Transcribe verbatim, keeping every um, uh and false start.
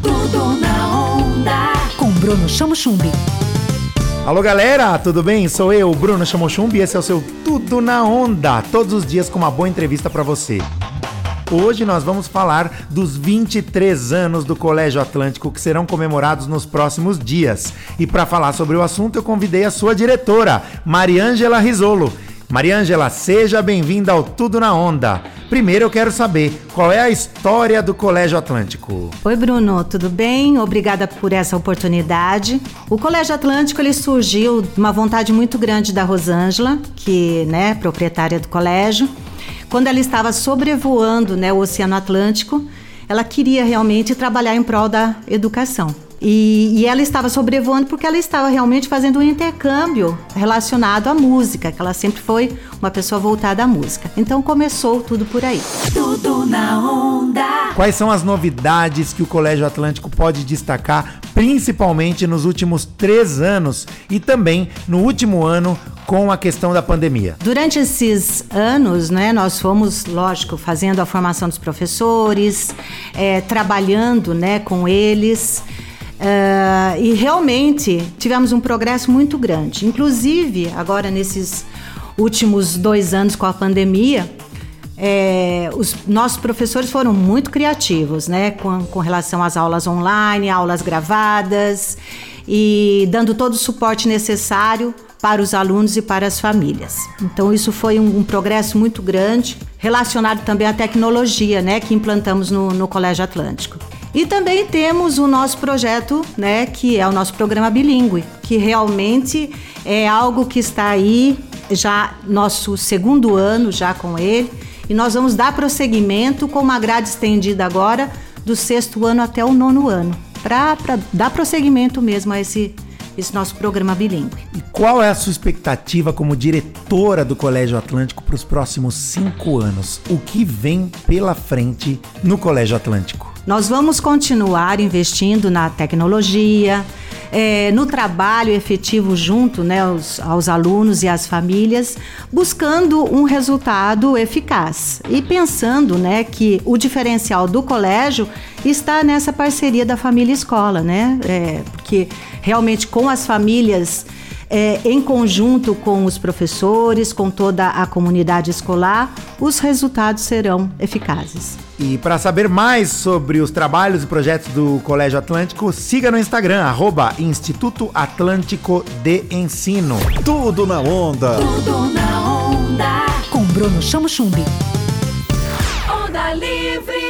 Tudo na Onda. Com Bruno Chamo Chumbi. Alô galera, tudo bem? Sou eu, Bruno Chamo Chumbi, e esse é o seu Tudo na Onda, todos os dias com uma boa entrevista pra você. Hoje nós vamos falar dos vinte e três anos do Colégio Atlântico que serão comemorados nos próximos dias. E para falar sobre o assunto eu convidei a sua diretora, Mariângela Rizzolo. Mariângela, seja bem-vinda ao Tudo na Onda. Primeiro eu quero saber, qual é a história do Colégio Atlântico? Oi Bruno, tudo bem? Obrigada por essa oportunidade. O Colégio Atlântico ele surgiu de uma vontade muito grande da Rosângela, que né, proprietária do colégio. Quando ela estava sobrevoando né, o Oceano Atlântico, ela queria realmente trabalhar em prol da educação. E, e ela estava sobrevoando porque ela estava realmente fazendo um intercâmbio relacionado à música, que ela sempre foi uma pessoa voltada à música. Então começou tudo por aí. Tudo na Onda. Quais são as novidades que o Colégio Atlântico pode destacar, principalmente nos últimos três anos e também no último ano com a questão da pandemia? Durante esses anos, né, nós fomos, lógico, fazendo a formação dos professores, é, trabalhando né, com eles. Uh, e realmente tivemos um progresso muito grande. Inclusive, agora nesses últimos dois anos com a pandemia, é, os nossos professores foram muito criativos, né, com, com relação às aulas online, aulas gravadas e dando todo o suporte necessário para os alunos e para as famílias. Então isso foi um, um progresso muito grande, relacionado também à tecnologia, né, que implantamos no, no Colégio Atlântico. E também temos o nosso projeto, né, que é o nosso programa bilíngue, que realmente é algo que está aí, já nosso segundo ano já com ele, e nós vamos dar prosseguimento com uma grade estendida agora do sexto ano até o nono ano, para dar prosseguimento mesmo a esse, esse nosso programa bilíngue. E qual é a sua expectativa como diretora do Colégio Atlântico para os próximos cinco anos? O que vem pela frente no Colégio Atlântico? Nós vamos continuar investindo na tecnologia, é, no trabalho efetivo junto né, aos, aos alunos e às famílias, buscando um resultado eficaz. E pensando né, que o diferencial do colégio está nessa parceria da família-escola, né? É, porque realmente com as famílias, é, em conjunto com os professores, com toda a comunidade escolar, os resultados serão eficazes. E para saber mais sobre os trabalhos e projetos do Colégio Atlântico, siga no Instagram, arroba Instituto Atlântico de Ensino. Tudo na Onda. Tudo na Onda. Com Bruno Chamo Chumbi. Onda Livre.